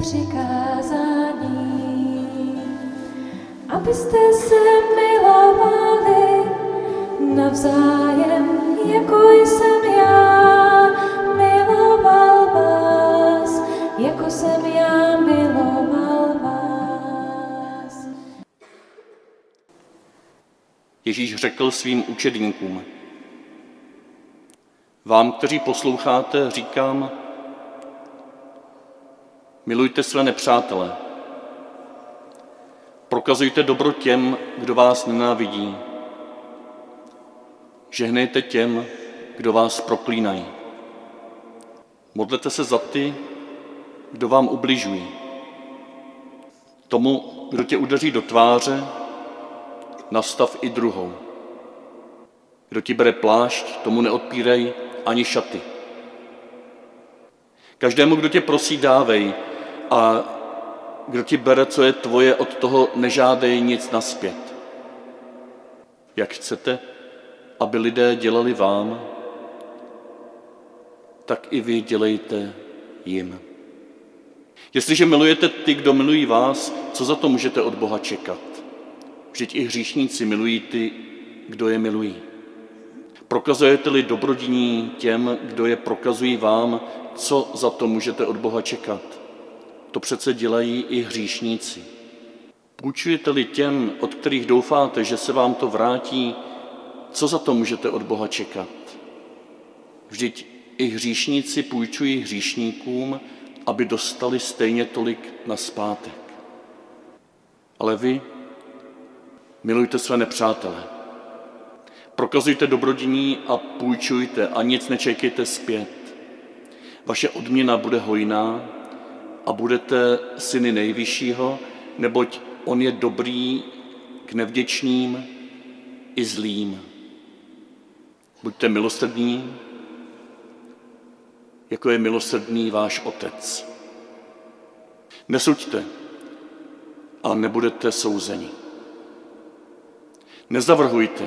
přikázání, abyste se milovali navzájem, jako jsem já miloval vás, jako jsem já miloval vás. Ježíš řekl svým učedníkům: Vám, kteří posloucháte, říkám, milujte své nepřátele. Prokazujte dobro těm, kdo vás nenávidí. Žehnejte těm, kdo vás proklínají. Modlete se za ty, kdo vám ubližují. Tomu, kdo tě udeří do tváře, nastav i druhou. Kdo ti bere plášť, tomu neodpírej ani šaty. Každému, kdo tě prosí, dávej, a kdo ti bere, co je tvoje, od toho nežádej nic nazpět. Jak chcete, aby lidé dělali vám, tak i vy dělejte jim. Jestliže milujete ty, kdo milují vás, co za to můžete od Boha čekat? Vždyť i hříšníci milují ty, kdo je milují. Prokazujete-li dobrodiní těm, kdo je prokazují vám, co za to můžete od Boha čekat? To přece dělají i hříšníci. Půjčujete-li těm, od kterých doufáte, že se vám to vrátí, co za to můžete od Boha čekat? Vždyť i hříšníci půjčují hříšníkům, aby dostali stejně tolik nazpátek. Ale vy milujte své nepřátele. Prokazujte dobrodiní a půjčujte a nic nečekejte zpět. Vaše odměna bude hojná a budete syny Nejvyššího, neboť on je dobrý k nevděčným i zlým. Buďte milosrdní, jako je milosrdný váš Otec. Nesuďte a nebudete souzeni. Nezavrhujte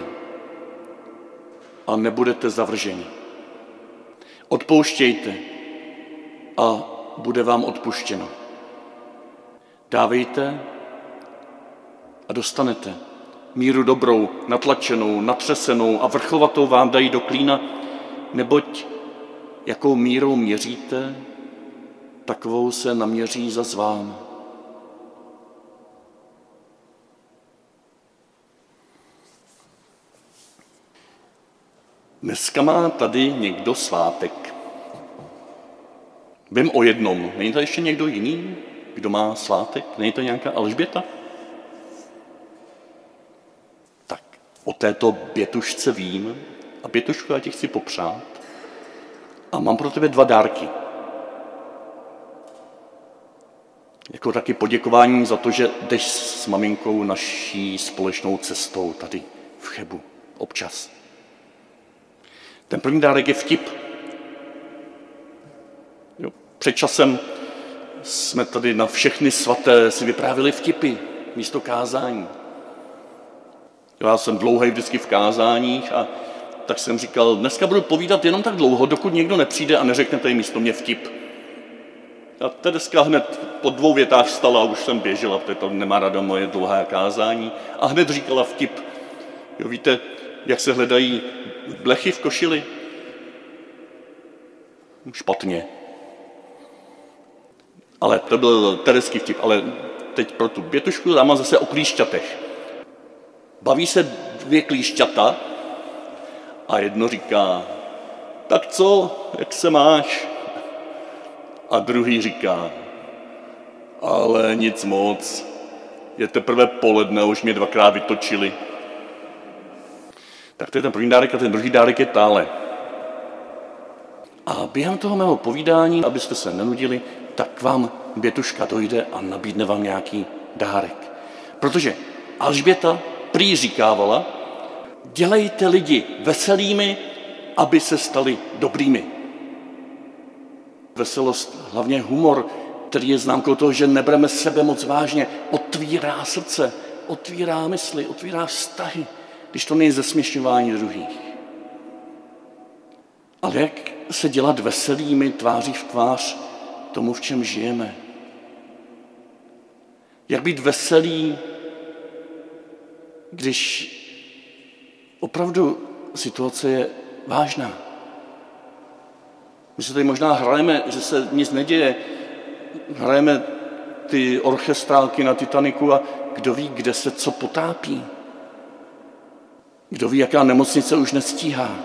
a nebudete zavrženi. Odpouštějte a bude vám odpuštěno. Dávejte a dostanete. Míru dobrou, natlačenou, natřesenou a vrchovatou vám dají do klína, neboť jakou mírou měříte, takovou se naměří zas vám. Dneska má tady někdo svátek. Vím o jednom. Není to ještě někdo jiný, kdo má svátek? Není to nějaká Alžběta? Tak o této Bětušce vím. A Bětušku, já ti chci popřát. A mám pro tebe 2 dárky. Jako taky poděkování za to, že jdeš s maminkou naší společnou cestou tady v Chebu. Občas. Ten první dárek je vtip. Jo. Před časem jsme tady na všechny svaté si vyprávěli vtipy místo kázání. Já jsem dlouhý vždycky v kázáních a tak jsem říkal, dneska budu povídat jenom tak dlouho, dokud někdo nepřijde a neřekne tady místo mě vtip. A ta deska hned po 2 větách vstala a už jsem běžela, protože to nemá rada moje dlouhé kázání. A hned říkala vtip. Jo, víte, jak se hledají blechy v košili? Špatně. Ale to byl tereský vtip, ale teď pro tu Bětušku tam mám zase o klíšťatech. Baví se 2 klíšťata a jedno říká, tak co, jak se máš? A druhý říká, ale nic moc, je teprve poledne, už mě 2krát vytočili. Tak to je ten první dárek a ten druhý dárek je tále. A během toho mého povídání, abyste se nenudili, tak vám Bětuška dojde a nabídne vám nějaký dárek. Protože Alžběta prý říkávala, dělejte lidi veselými, aby se stali dobrými. Veselost, hlavně humor, který je známkou toho, že nebereme sebe moc vážně, otvírá srdce, otvírá mysli, otvírá vztahy, když to není zesměšňování druhých. Ale jak se dělat veselými tváří v tvář tomu, v čem žijeme? Jak být veselý, když opravdu situace je vážná. My se tady možná hrajeme, že se nic neděje, hrajeme ty orchestrálky na Titaniku a kdo ví, kde se co potápí. Kdo ví, jaká nemocnice už nestíhá.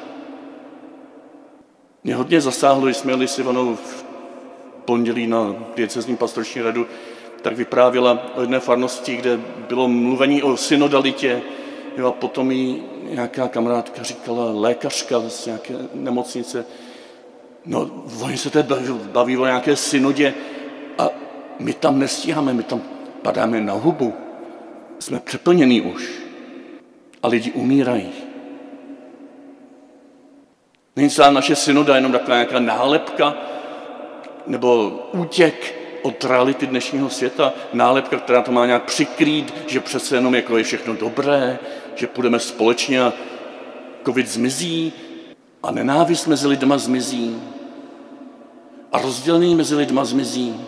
Mě hodně zasáhlo, když jsme jeli s Ivanou v pondělí na diecézní pastorační radu, tak vyprávěla o jedné farnosti, kde bylo mluvení o synodalitě, jo, a potom jí nějaká kamarádka říkala, lékařka z nějaké nemocnice, no, oni se tady baví o nějaké synodě a my tam nestíháme, my tam padáme na hubu. Jsme přeplnění už a lidi umírají. Není celá naše synoda jenom taková nějaká nálepka nebo útěk od reality dnešního světa, nálepka, která to má nějak přikrýt, že přece jenom jako je všechno dobré, že půjdeme společně a covid zmizí a nenávist mezi lidma zmizí a rozdělení mezi lidma zmizí.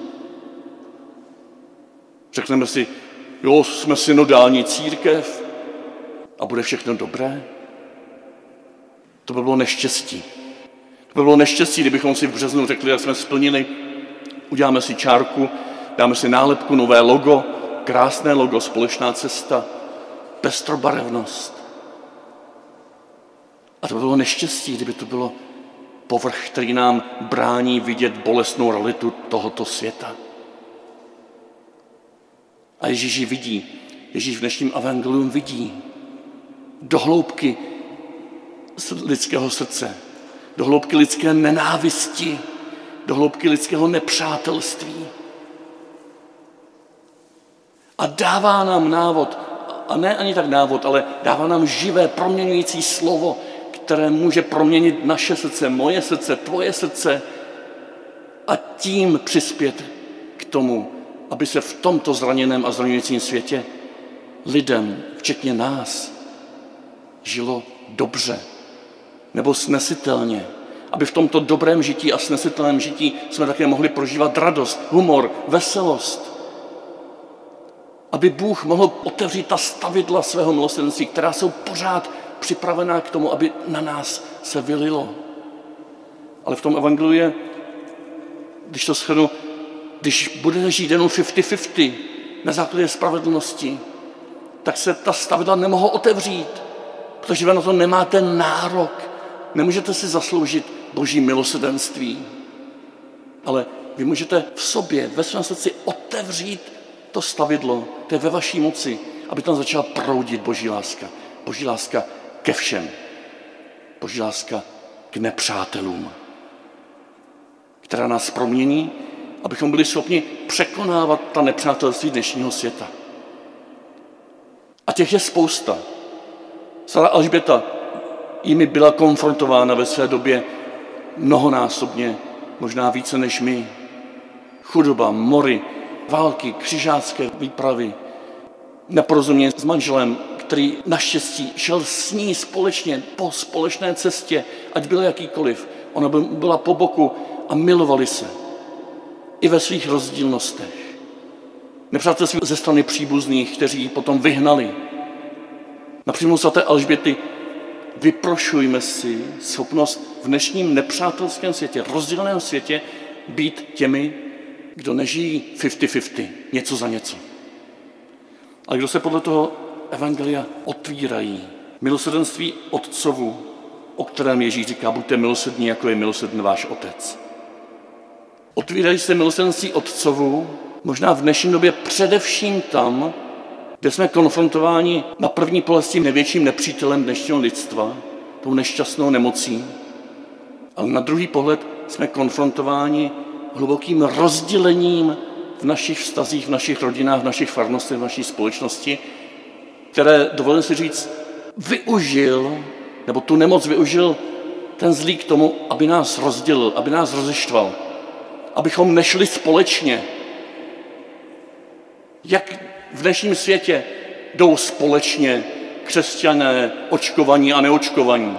Řekneme si, jo, jsme synodální církev a bude všechno dobré. To by bylo neštěstí. To by bylo neštěstí, kdybychom si v březnu řekli, jak jsme splnili, uděláme si čárku, dáme si nálepku, nové logo, krásné logo, společná cesta, pestrobarevnost. A to by bylo neštěstí, kdyby to bylo povrch, který nám brání vidět bolestnou realitu tohoto světa. A Ježíš ji vidí. Ježíš v dnešním evangelium vidí do hloubky lidského srdce, do hloubky lidské nenávisti, do hloubky lidského nepřátelství. A dává nám návod, a ne ani tak návod, ale dává nám živé, proměňující slovo, které může proměnit naše srdce, moje srdce, tvoje srdce a tím přispět k tomu, aby se v tomto zraněném a zraňujícím světě lidem, včetně nás, žilo dobře nebo snesitelně. Aby v tomto dobrém žití a snesitelném žití jsme také mohli prožívat radost, humor, veselost. Aby Bůh mohl otevřít ta stavidla svého milosrdenství, která jsou pořád připravená k tomu, aby na nás se vylilo. Ale v tom evangeliu je, když to shrnu, když budete žít jenom 50-50 na základě spravedlnosti, tak se ta stavidla nemohou otevřít, protože vy na to nemáte nárok. Nemůžete si zasloužit Boží milosrdenství, ale vy můžete v sobě, ve svém srdci otevřít to stavidlo, to je ve vaší moci, aby tam začala proudit Boží láska. Boží láska ke všem. Boží láska k nepřátelům, která nás promění, abychom byli schopni překonávat ta nepřátelství dnešního světa. A těch je spousta. Stará Alžběta jimi byla konfrontována ve své době mnohonásobně, možná více než my. Chudoba, mory, války, křižácké výpravy, neporozumění s manželem, který naštěstí šel s ní společně po společné cestě, ať byl jakýkoliv. Ona byla po boku a milovali se. I ve svých rozdílnostech. Nepřátelství ze strany příbuzných, kteří ji potom vyhnali. Například svaté Alžběty, vyprošujme si schopnost v dnešním nepřátelském světě, rozděleném světě, být těmi, kdo nežijí 50-50, něco za něco. Ale kdo se podle toho evangelia otvírají. Milosrdenství Otcovu, o kterém Ježíš říká, buďte milosrdní, jako je milosrdný váš Otec. Otvírají se milosrdenství Otcovu, možná v dnešní době především tam, kde jsme konfrontováni na první pohled s tím největším nepřítelem dnešního lidstva, tou nešťastnou nemocí, ale na druhý pohled jsme konfrontováni hlubokým rozdělením v našich vztazích, v našich rodinách, v našich farnostech, v naší společnosti, které, dovolím si říct, využil, nebo tu nemoc využil ten zlý k tomu, aby nás rozdělil, aby nás rozeštval, abychom nešli společně. Jak v dnešním světě jdou společně křesťané, očkovaní a neočkovaní?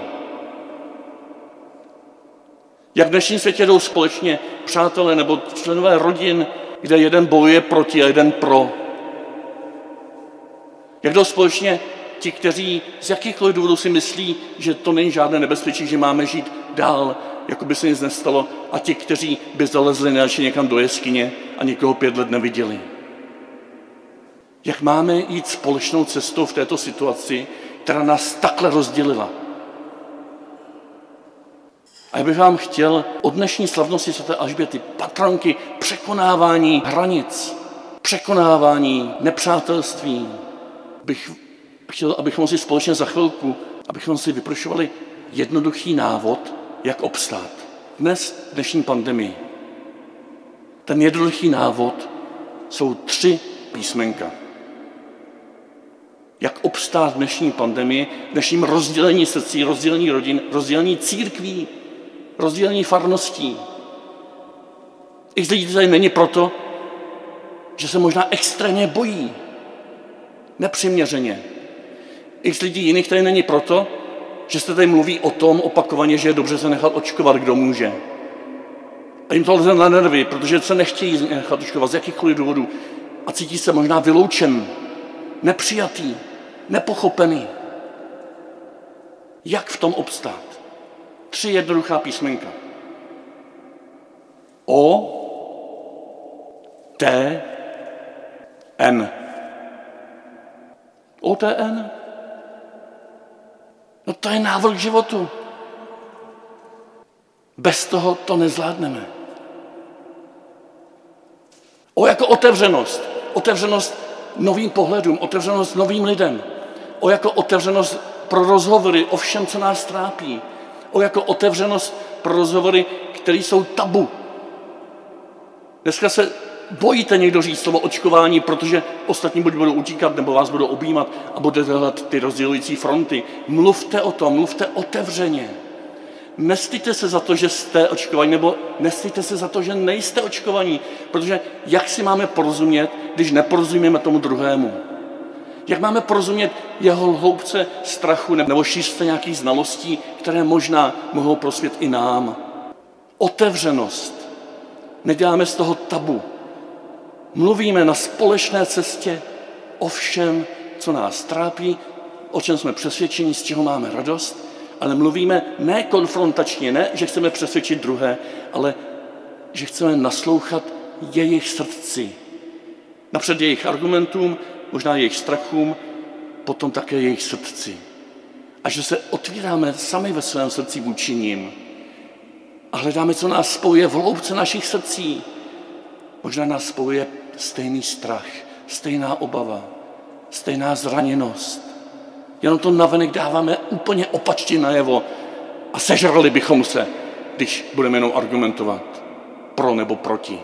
Jak v dnešním světě jdou společně přátelé nebo členové rodin, kde jeden bojuje proti a jeden pro? Jak jdou společně ti, kteří z jakýchkoliv důvodů si myslí, že to není žádné nebezpečí, že máme žít dál, jako by se nic nestalo, a ti, kteří by zalezli nejradši někam do jeskyně a nikoho 5 let neviděli. Jak máme jít společnou cestou v této situaci, která nás takhle rozdělila? A já bych vám chtěl od dnešní slavnosti svaté Alžběty, patronky překonávání hranic, překonávání nepřátelství, bych chtěl, abychom si společně za chvilku, abychom si vyprošovali jednoduchý návod, jak obstát. Dnes, v dnešní pandemii. Ten jednoduchý návod jsou 3 písmenka. Jak obstát v dnešní pandemii, v dnešním rozdělení srdcí, rozdělení rodin, rozdělení církví, rozdělení farností. I lidí tady není proto, že se možná extrémně bojí, nepřiměřeně. I lidí jiných tady není proto, že se tady mluví o tom opakovaně, že je dobře se nechat očkovat, kdo může. A jim to leze na nervy, protože se nechtějí nechat očkovat z jakýchkoliv důvodů a cítí se možná vyloučen, nepřijatý, nepochopený. Jak v tom obstát? 3 jednoduchá písmenka. O, T, N. OTN? No to je návod k životu. Bez toho to nezvládneme. O jako otevřenost. Otevřenost novým pohledům, otevřenost novým lidem. O jako otevřenost pro rozhovory o všem, co nás trápí. O jako otevřenost pro rozhovory, které jsou tabu. Dneska se bojíte někdo říct slovo očkování, protože ostatní buď budou utíkat, nebo vás budou objímat a budete hledat ty rozdělující fronty. Mluvte o tom, mluvte otevřeně. Nestýďte se za to, že jste očkovaní, nebo nestýďte se za to, že nejste očkovaní, protože jak si máme porozumět, když neporozumíme tomu druhému? Jak máme porozumět jeho hloubce strachu nebo šířce nějakých znalostí, které možná mohou prospět i nám? Otevřenost. Neděláme z toho tabu. Mluvíme na společné cestě o všem, co nás trápí, o čem jsme přesvědčeni, z čeho máme radost, ale mluvíme ne konfrontačně, ne, že chceme přesvědčit druhé, ale že chceme naslouchat jejich srdci. Napřed jejich argumentům, možná jejich strachům, potom také jejich srdci. A že se otvíráme sami ve svém srdci vůči nim a hledáme, co nás spojuje v hloubce našich srdcí. Možná nás spojuje stejný strach, stejná obava, stejná zraněnost. Jenom to navenek dáváme úplně opačně najevo a sežrali bychom se, když budeme jenom argumentovat pro nebo proti.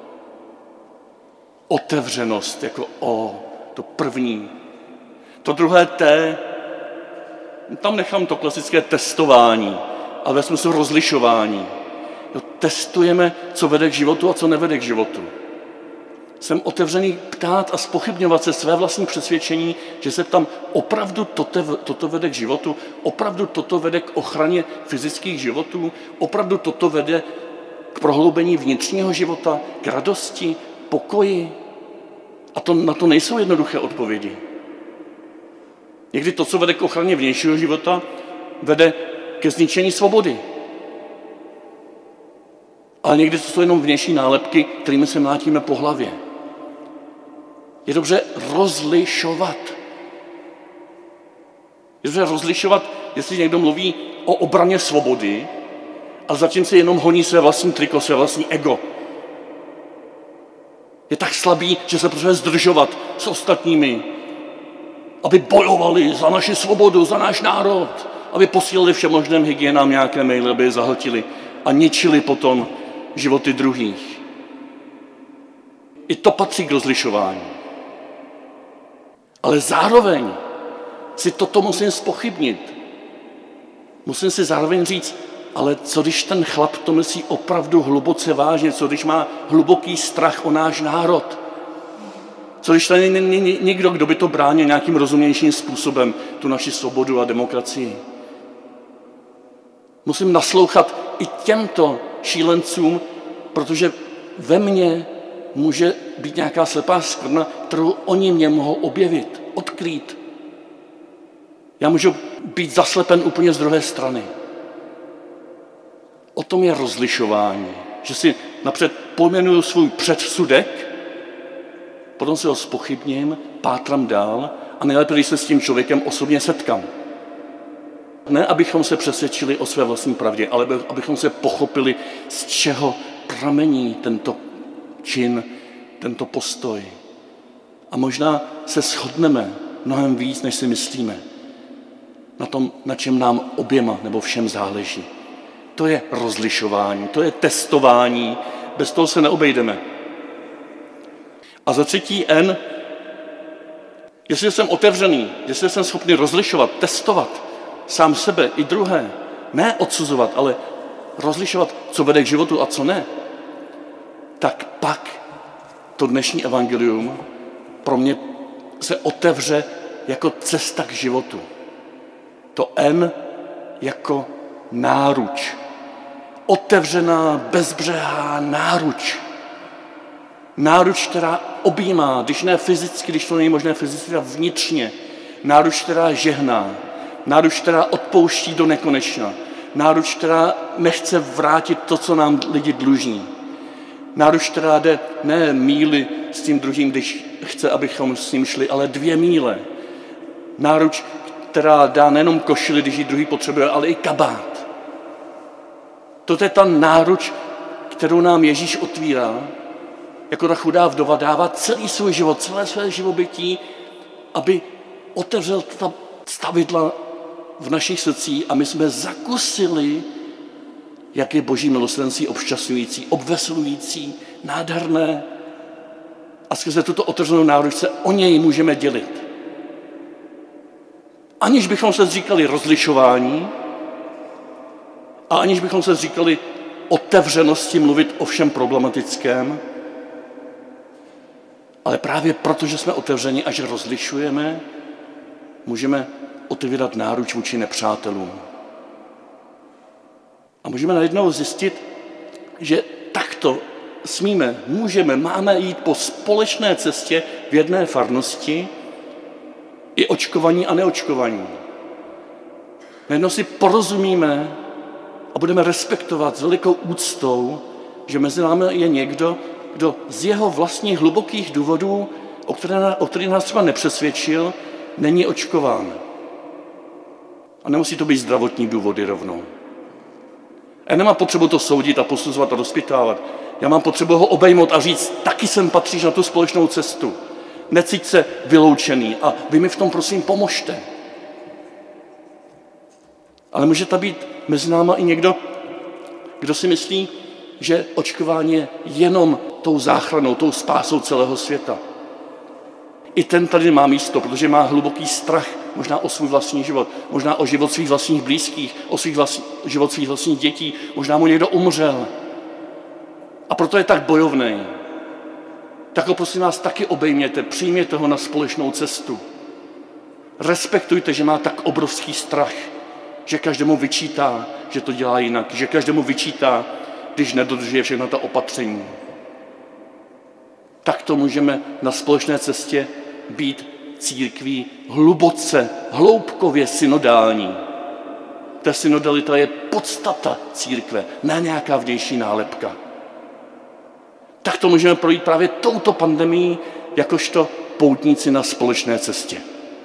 Otevřenost jako O, to první. To druhé T, tam nechám to klasické testování, ale ve smyslu rozlišování. Testujeme, co vede k životu a co nevede k životu. Jsem otevřený ptát a zpochybňovat se své vlastní přesvědčení, že se tam opravdu toto vede k životu, opravdu toto vede k ochraně fyzických životů, opravdu toto vede k prohloubení vnitřního života, k radosti, pokoji. A na to nejsou jednoduché odpovědi. Někdy to, co vede k ochraně vnějšího života, vede ke zničení svobody. Ale někdy to jsou jenom vnější nálepky, kterými se mlátíme po hlavě. Je dobře rozlišovat. Je dobře rozlišovat, jestli někdo mluví o obraně svobody, ale zatím se jenom honí své vlastní triko, své vlastní ego. Je tak slabý, že se potřebuje zdržovat s ostatními, aby bojovali za naši svobodu, za náš národ, aby posílali všemožným hygienám nějaké maily, aby je zahltili a ničili potom životy druhých. I to patří k rozlišování. Ale zároveň si toto musím zpochybnit. Musím si zároveň říct, ale co když ten chlap to myslí opravdu hluboce vážně, co když má hluboký strach o náš národ? Co když tady není nikdo, kdo by to bránil nějakým rozumnějším způsobem, tu naši svobodu a demokracii? Musím naslouchat i těmto šílencům, protože ve mně může být nějaká slepá skvrna, kterou oni mě mohou objevit. odkrýt. Já můžu být zaslepen úplně z druhé strany. O tom je rozlišování, že si napřed pojmenuju svůj předsudek, potom si ho zpochybním, pátram dál a nejlépe, když se s tím člověkem osobně setkám. Ne, abychom se přesvědčili o své vlastní pravdě, ale abychom se pochopili, z čeho pramení tento čin, tento postoj. A možná se shodneme mnohem víc, než si myslíme. Na tom, na čem nám oběma nebo všem záleží. To je rozlišování, to je testování, bez toho se neobejdeme. A za třetí N, jestli jsem otevřený, jestli jsem schopný rozlišovat, testovat sám sebe i druhé, ne odsuzovat, ale rozlišovat, co vede k životu a co ne, tak pak to dnešní evangelium pro mě se otevře jako cesta k životu. To N jako náruč. Otevřená, bezbřehá náruč. Náruč, která objímá, když ne fyzicky, když to není možné fyzicky, tak vnitřně. Náruč, která žehná. Náruč, která odpouští do nekonečna. Náruč, která nechce vrátit to, co nám lidi dluží. Náruč, která jde ne míly s tím druhým, když chce, abychom s ním šli, ale 2 míle. Náruč, která dá nejenom košili, když ji druhý potřebuje, ale i kabát. To je ta náruč, kterou nám Ježíš otvírá, jako ta chudá vdova dává celý svůj život, celé své živobytí, aby otevřel ta stavidla v našich srdcích a my jsme zakusili, jak je Boží milosrdenství obšťastňující, obveselující, nádherné. A skrze tuto otevřenou náruč se o něj můžeme dělit. Aniž bychom se zříkali rozlišování a aniž bychom se zříkali otevřenosti mluvit o všem problematickém, ale právě proto, že jsme otevřeni a že rozlišujeme, můžeme otevírat náruč vůči nepřátelům. A můžeme najednou zjistit, že takto smíme, můžeme, máme jít po společné cestě v jedné farnosti, i očkovaní a neočkovaní. Najednou si porozumíme a budeme respektovat s velikou úctou, že mezi námi je někdo, kdo z jeho vlastních hlubokých důvodů, o kterých nás třeba nepřesvědčil, není očkován. A nemusí to být zdravotní důvody rovnou. Já nemám potřebu to soudit a posuzovat a rozpytávat. Já mám potřebu ho obejmout a říct, taky sem patříš na tu společnou cestu. Necíť se vyloučený a vy mi v tom prosím pomožte. Ale může to být mezi náma i někdo, kdo si myslí, že očkování je jenom tou záchranou, tou spásou celého světa. I ten tady má místo, protože má hluboký strach možná o svůj vlastní život, možná o život svých vlastních blízkých, o život svých vlastních dětí, možná mu někdo umřel. A proto je tak bojovný. Tak ho prosím vás taky obejměte, přijměte ho na společnou cestu. Respektujte, že má tak obrovský strach, že každému vyčítá, že to dělá jinak, že každému vyčítá, když nedodržuje všechna ta opatření. Tak to můžeme na společné cestě být církví hluboce, hloubkově synodální. Ta synodalita je podstata církve, ne nějaká vnější nálepka. Tak to můžeme projít právě touto pandemií, jakožto poutníci na společné cestě.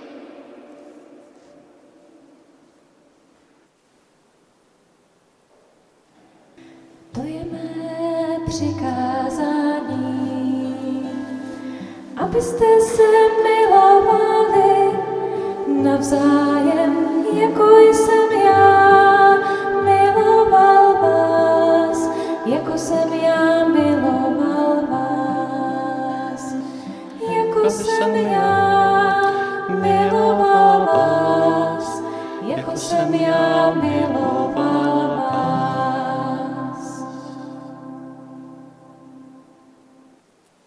To je mé přikázání, abyste se milovali navzájem, jako